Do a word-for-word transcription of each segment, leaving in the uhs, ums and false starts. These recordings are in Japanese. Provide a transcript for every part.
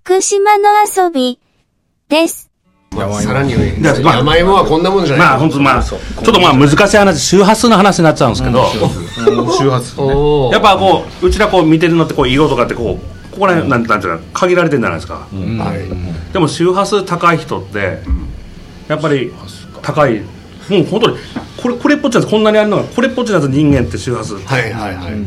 福島の遊びです。 さらに山芋はこんなもんじゃない。 まあ本当まあちょっとまあ難しい話、周波数の話になっちゃうんですけど、 周波数ね。やっぱこううちらこう見てるのってこう色とかってこうここら辺なんなんていうの限られてるじゃないですか。でも周波数高い人ってやっぱり高い。もう本当にこれこれっぽっちゃこんなにあるのがこれっぽっちゃ人間って周波数。はいはいはい。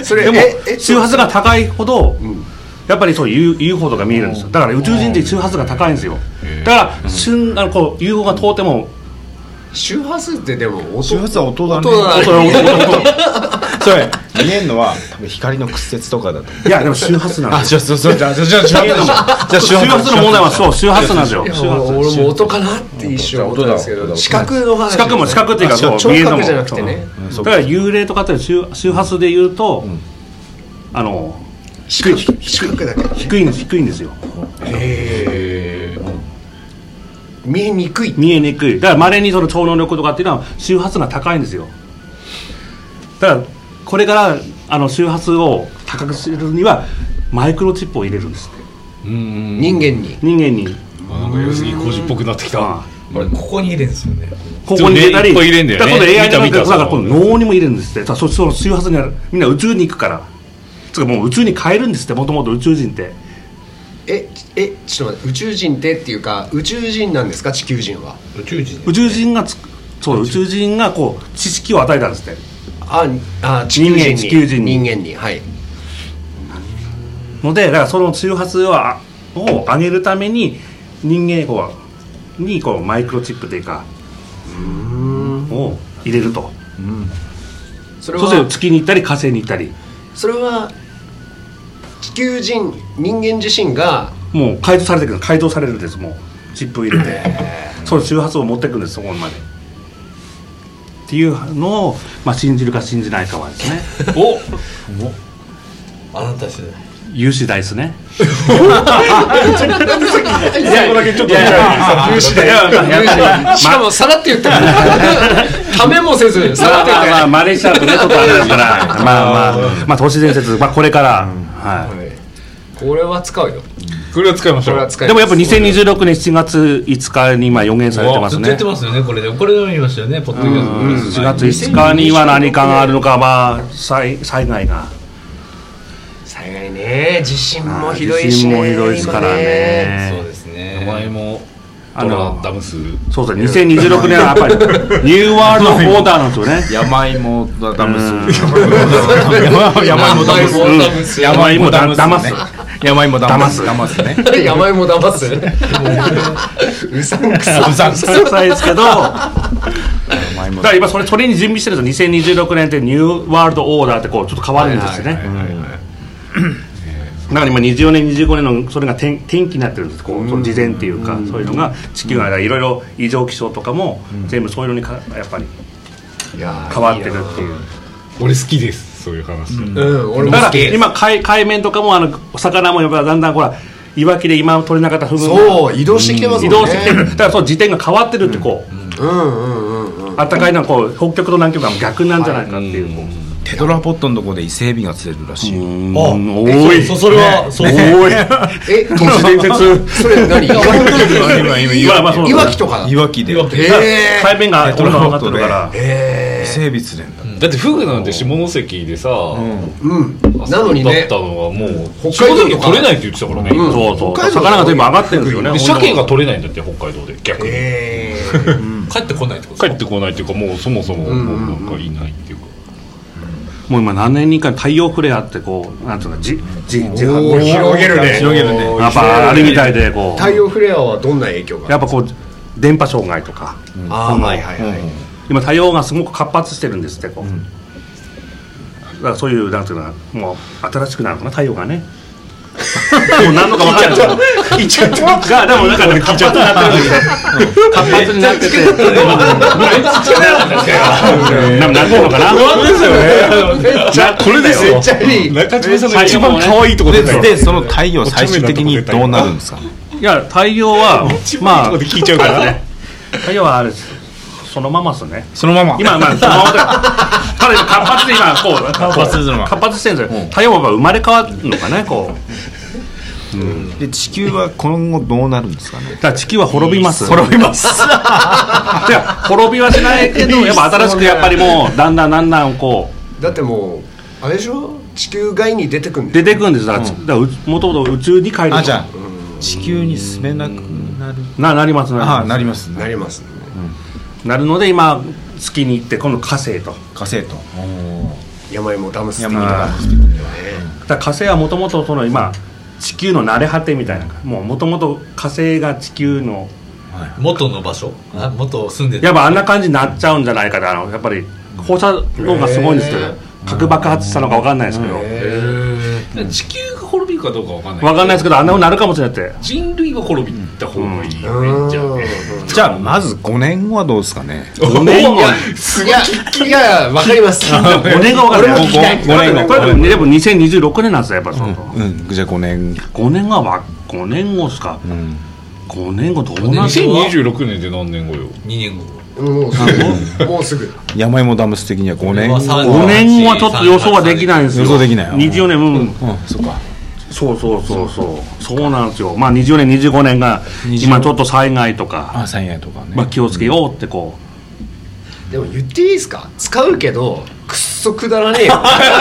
それでも周波数が高いほど。やっぱりそう ユーフォー とか見えるんですよ。だから宇宙人って周波数が高いんですよ。だから瞬あのこう ユーフォー が通っても周波数ってでも音周波数は音だね。 音だね。それ見えるのは多分光の屈折とかだと。 いやでも周波数なんですよ。あ、そうそうじゃあじゃあじゃあ周波数の問題はそう周波数なんですよ。 俺も音かなって一瞬思ったんですけど、視覚の話。 視覚も視覚っていうかこう見えるのもじゃなくてね。 だから幽霊とかって周波数で言うとあの。低い低いだけ低いんです低いんですよ。 へえ。見えにくい見えにくい。だから稀にその超能力とかっていうのは周波数が高いんですよ。だからこれからあの周波数を高くするにはマイクロチップを入れるんですって。 うん人間に人間に。 なんか要するに工事っぽくなってきた。 これここに入れるんですよね。 ここに入れたり。 いっぱい入れんだよね。 だから エーアイ の中からこの脳にも入れるんですって。そその周波数にあるみんな宇宙に行くから。もう宇宙に帰るんですって。もともと宇宙人ってええちょっと待って、宇宙人ってっていうか宇宙人なんですか、地球人は。 宇宙人宇宙人がつそう宇宙人がこう知識を与えたんですって。 ああ地球人に地球人に人間にはいので、だからその周波数をを上げるために人間こうにこうマイクロチップというかを入れると。うんそれはそうすると月に行ったり火星に行ったり。 それは地球人人間自身がもう改造されてくる改造されるんです。もうチップを入れてその周波数を持っていくんです、そこまでっていうのを、まあ、信じるか信じないかはですねおあなた次第有志大ですねいやそこだけちょっと有志大しかもさらって言ってためもせずさらって言ってまあマレーシアとねちょっとあれだからまあまあまあ都市伝説、まあ、これからはいこれは使うよ。 これは使いましょう。 でもやっぱにせんにじゅうろくねんしちがついつかに今予言されてますね。 ずっと言ってますよね。これでこれでも言いましたよね。ポッドキャストしちがついつかには何かがあるのか、まあ災災害が災害ね、地震もひどいしね。 地震もひどいですからね。 そうですね。 名前もドラダムス。 そうそうにせんにじゅうろくねんはやっぱりニューワールドオーダーなんですよね。 山芋ダムス。 山芋ダムス。 山芋ダムス。 山芋ダマスダマスね。 山芋ダマス。うさんくさ。 うさんくさいですけど。だから今それそれに準備してるんですよ。にせんにじゅうろくねんってニューワールドオーダーってこうちょっと変わるんですよね。だから今にじゅうよねんにじゅうごねんのそれが転転機になってるんです。こうその事前っていうかそういうのが地球がいろいろ異常気象とかも全部そういうのにかやっぱり変わってるっていう。 俺好きです。そういう話、うんうん、俺もだから今 海, 海面とかもあのお魚もやっぱだんだんほら岩木で今取れなかったフグそう移動してきてますもんね。 移動してきてる。だからその時点が変わってるってこう、うんうんうんうん、あったかいのはこう北極と南極が逆なんじゃないかっていう、はい、 テトラポットのところで伊勢エビが釣れるらしい。 あ、多い。そそれはそうですね。 え、都市伝説。それ何？いわきとか。 いわきで。 海面が温度が上がってるから。 伊勢エビ釣れんだ。 だってフグなんて下関でさ、 うんなのにねだったのがもう北海道で取れないって言ってたからね。 そうそう。魚が全部上がってるんですよね。 鮭が取れないんだって北海道で逆に。 帰ってこないってこと？ 帰ってこないっていうかもうそもそもなんかいないっていうか。 もう今何年にか太陽フレアってこうなんていうかじじじ広げるね。 広げるね。 やっぱあれみたいでこう。 太陽フレアはどんな影響が？ やっぱこう電波障害とか。 ああはいはいはい。 今太陽がすごく活発してるんですってこう、うん、だからそういうなんていうのもう新しくなるのかな太陽がねもう何のか分かんないけど言っちゃったがでもなんかね活発になってるんですよ活発になっててなんかなってるのかなそうですよねこれですよめっちゃいい中島さんの一番可愛いところでその太陽最終的にどうなるんですか？ いや太陽はまあ聞いちゃうからね太陽はあれですそのままですね。 そのまま。 今まあそのままで。ただ活発で今こう活発活発してるんですよ。太陽は生まれ変わるのかねこう。 うん、で地球は今後どうなるんですかね。 だから地球は滅びます滅びますいや滅びはしないけどやっぱ新しくやっぱりもうだんだんだんだんこうだってもうあれでしょ地球外に出てくるんです出てくるんですだから、うん、だからもともと宇宙に帰るあじゃあ、うん、地球に住めなくなるななりますなあなりますなりますね、 うん、なるので今月に行って今度火星と火星と山芋ダムス的なだから火星はもともとその今地球の慣れ果てみたいなもともと火星が地球の元の場所、うん、あ元住んでたやっぱあんな感じになっちゃうんじゃないかってあのやっぱり放射能がすごいんですけど核爆発したのか分かんないですけど、 うん、地球が滅びるかどうか分かんない分かんないですけどあんなふうになるかもしれないって人類は滅びた方がいいよね、うん、じゃあねじゃあまずごねんごはどうですかね。 ごねんごいやいや分かりますごねんご分かりますごねんごこれでもにせんにじゅうろくねんなんですよやっぱその、 うんうん、じゃあごねんごねんごはごねんごですか、うん、ごねんごどうなるのにせんにじゅうろくねんって何年後よ。 にねんごもうすぐもうすぐ山芋ダムス的にはごねんごごねんごはちょっと予想はできないんですよ。 予想できないにじゅうねん、うん、うん、 そうかそうそうそうそうそうなんですよ。まあにじゅうねんにじゅうごねんが今ちょっと災害とかあ災害とかね、 まあ、気をつけようってこう、でも言っていいですか使うけどくっそくだらねえよ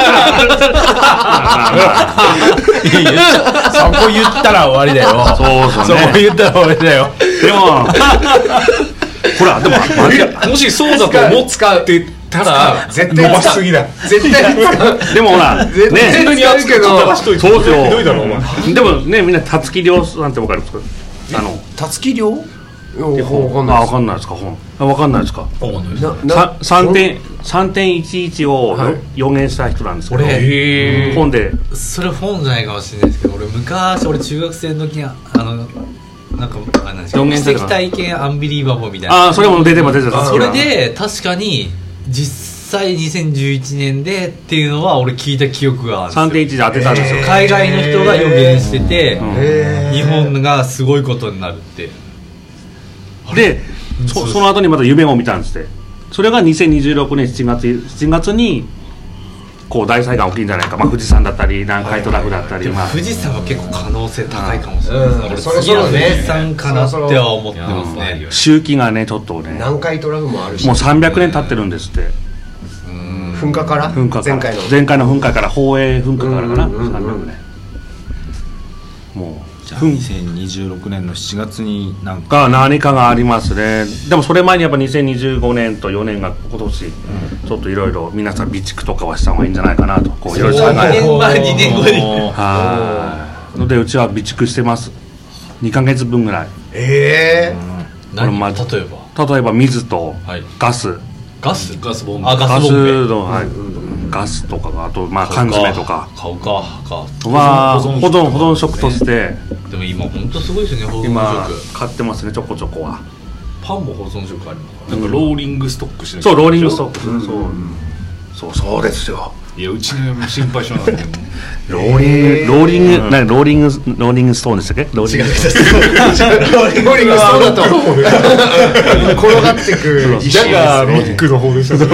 そこ言ったら終わりだよ。 そうそうねそこ言ったら終わりだよ。 でもほらでももしそうだと思ってたら絶対使うすぎだ絶対使うでもほら絶対使うけどそうですよひどいだろお前でもねみんなたつき亮さんって分かるんですか。あのたつき亮分かんないですか本分かんないですか。さんてんいちいちを予言した人なんですけど、 俺本でそれ本じゃないかもしれないですけど俺昔俺中学生の時にあのなんかあなんですか奇跡体験アンビリーバボーみたいなああそれも出ても出てたそれで確かに実際にせんじゅういちねんでっていうのは俺聞いた記憶があるんですよ。 さんてんいち で当てたんですよ。 海外の人が予言してて、うん、日本がすごいことになるってで そ, その後にまた夢を見たんですって。それがにせんにじゅうろくねんしちがつしちがつにこう大災害起きるんじゃないか、まあ、富士山だったり南海トラフだったり、まあ、 富士山は結構可能性高いかもしれないです、 うん、俺次の富士山かなっては思ってますね。 周期がねちょっとね南海トラフもあるしもうさんびゃくねん経ってるんですって。 噴火から噴火から前回の前回の噴火から宝永噴火からかな、うんうんうんうん、さんびゃくねんもうじゃあにせんにじゅうろくねんのしちがつに何か何かがありますね。でもそれ前にやっぱにせんにじゅうごねんとよねんが今年ちょっといろいろ皆さん備蓄とかはした方がいいんじゃないかなとこういろいろ考えてにねんまえにねんごにはいのでうちは備蓄してますにかげつぶんぐらい。 ええー、何、ま、例えば例えば水とガス、 はい、ガスガスボンベあガスボンベの、はいうん、ガスとかあとまあ缶詰とか買うかは保存保存食として、 でも今本当すごいですよね保存食今買ってますねちょこちょこは。 パンも保存食ありますなんかローリングストックしてる。 そうローリングストック、うん、そう、うん、そうそうですよ。 いやうちの嫁心配性なんでローリングローリング何ローリングローリングストーンでしたっけ。ローリングローリングストーンだと転がってく石だがロックの方でした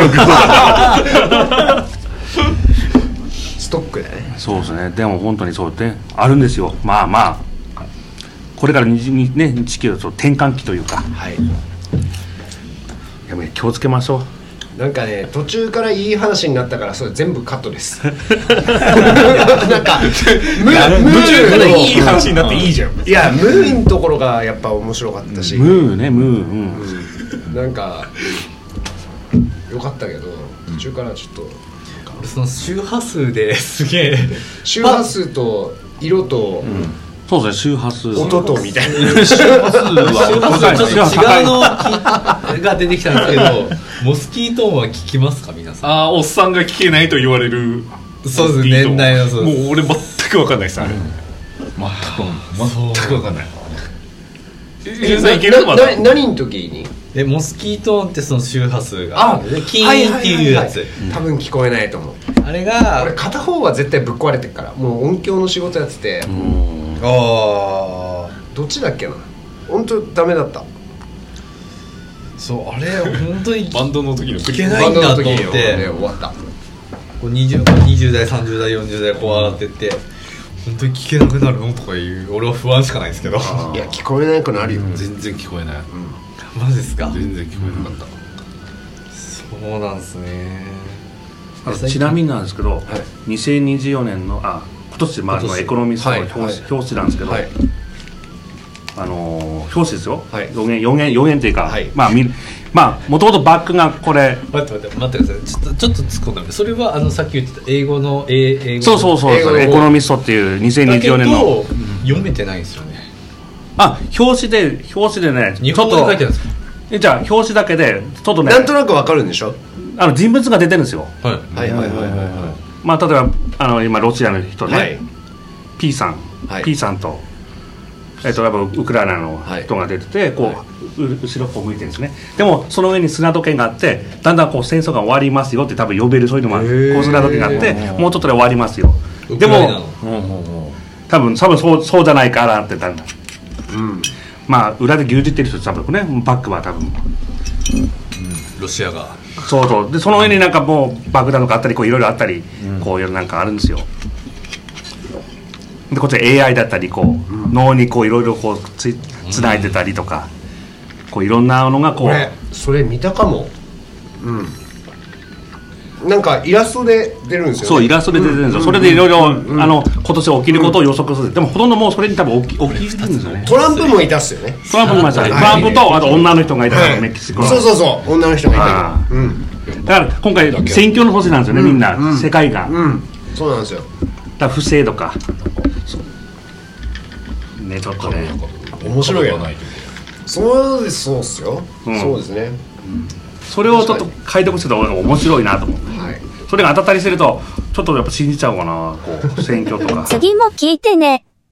ストックだね。 そうですね。でも本当にそうってあるんですよ。まあまあこれからに、ね、地球の転換期というか、はい、やめ気をつけましょう。 なんかね途中からいい話になったからそれ全部カットですなんかム途中からいい話になっていいじゃん。 いやムーンところがやっぱ面白かったし、 ムーねムー、 うん、なんかよかったけど途中からちょっと俺その周波数ですげえ周波数と色と、うんそうですね周波数音とみたいな周波数はちょっと違うのが出てきたんですけどモスキート音は聞きますか皆さん。 ああおっさんが聞けないと言われる。 そうです年代のそうもう俺全く分かんないですあれ、うん、 全く全く分かんない。 ええいけるまだ何の時にえモスキート音ってその周波数があキーンっていうやつ多分聞こえないと思う。 あれが俺片方は絶対ぶっ壊れてるからもう音響の仕事やっててうんああどっちだっけな本当ダメだった。 そうあれ本当にバンドの時の聞けないんだと思って終わった。 こう 20, にじゅう代さんじゅう代よんじゅう代こう上がってって本当に聞けなくなるのとかいう俺は不安しかないですけど。いや聞こえなくなるよ、 全然聞こえない、 マジですか。 全然聞こえなかった、 そうなんですね。 あとちなみになんですけど、はい、にせんにじゅうよねんのあ今年まあのエコノミストの表紙、はいはい、表紙なんですけど、はい、あのー、表紙ですよ、はい、よねんよねんよねんっていうか、はい、まあみまあもともとバックがこれ待って待って待ってください、ちょっとちょっと突っ込んだ。それはあのさっき言ってた英語の英語そうそうそうそうエコノミストっていうにせんにじゅうよねんの読めてないんですよね。 あ表紙で表紙でね日本語で書いてるんですか。 じゃあ表紙だけでちょっとねなんとなくわかるんでしょ。 あの人物が出てるんですよ、 はい、 はいはいはいはいはい。 まあ例えばあの今ロシアの人ね、はい、P さん、はい、P さんとえっとやっぱウクライナの人が出てて、はい、こう、はい、後ろっぽ向いてるんですね。でもその上に砂時計があってだんだんこう戦争が終わりますよって多分呼べるそういうのもある。こう砂時計があってもうちょっとで終わりますよ。でも多分多分そうそうじゃないかなってだんだん、うん、まあ裏で牛耳ってる人多分ねバックは多分、うん、 ロシアがそうそうでその上になんかもう爆弾とかあったりこういろいろあったり、うん、こういうなんかあるんですよ。でこっちは エーアイ だったりこう、うん、脳にこういろいろこうつつないでたりとか、うん、こういろんなのがこう俺それ見たかも。うんなんかイラストで出るんですよね。 そうイラストで出てるんですよ、うん、それでいろいろ今年起きることを予測する、うん、でもほとんどもうそれに多分起き起きるんですよね。 トランプもいたっすよね。 トランプもいましたね。トランプとあと女の人がいたから、はい、メキシコのそうそうそう女の人がいたから、うん、 だから今回選挙の年なんですよね、うん、みんな、うん、世界が、 うん、そうなんですよ。 だから不正とかねちょっとね面白いよね。そうですそうっすよ、うん、そうですね、うんそれをちょっと解読すると面白いなと思って、はい、それが当たったりするとちょっとやっぱ信じちゃうかなこう選挙とか次も聞いてね。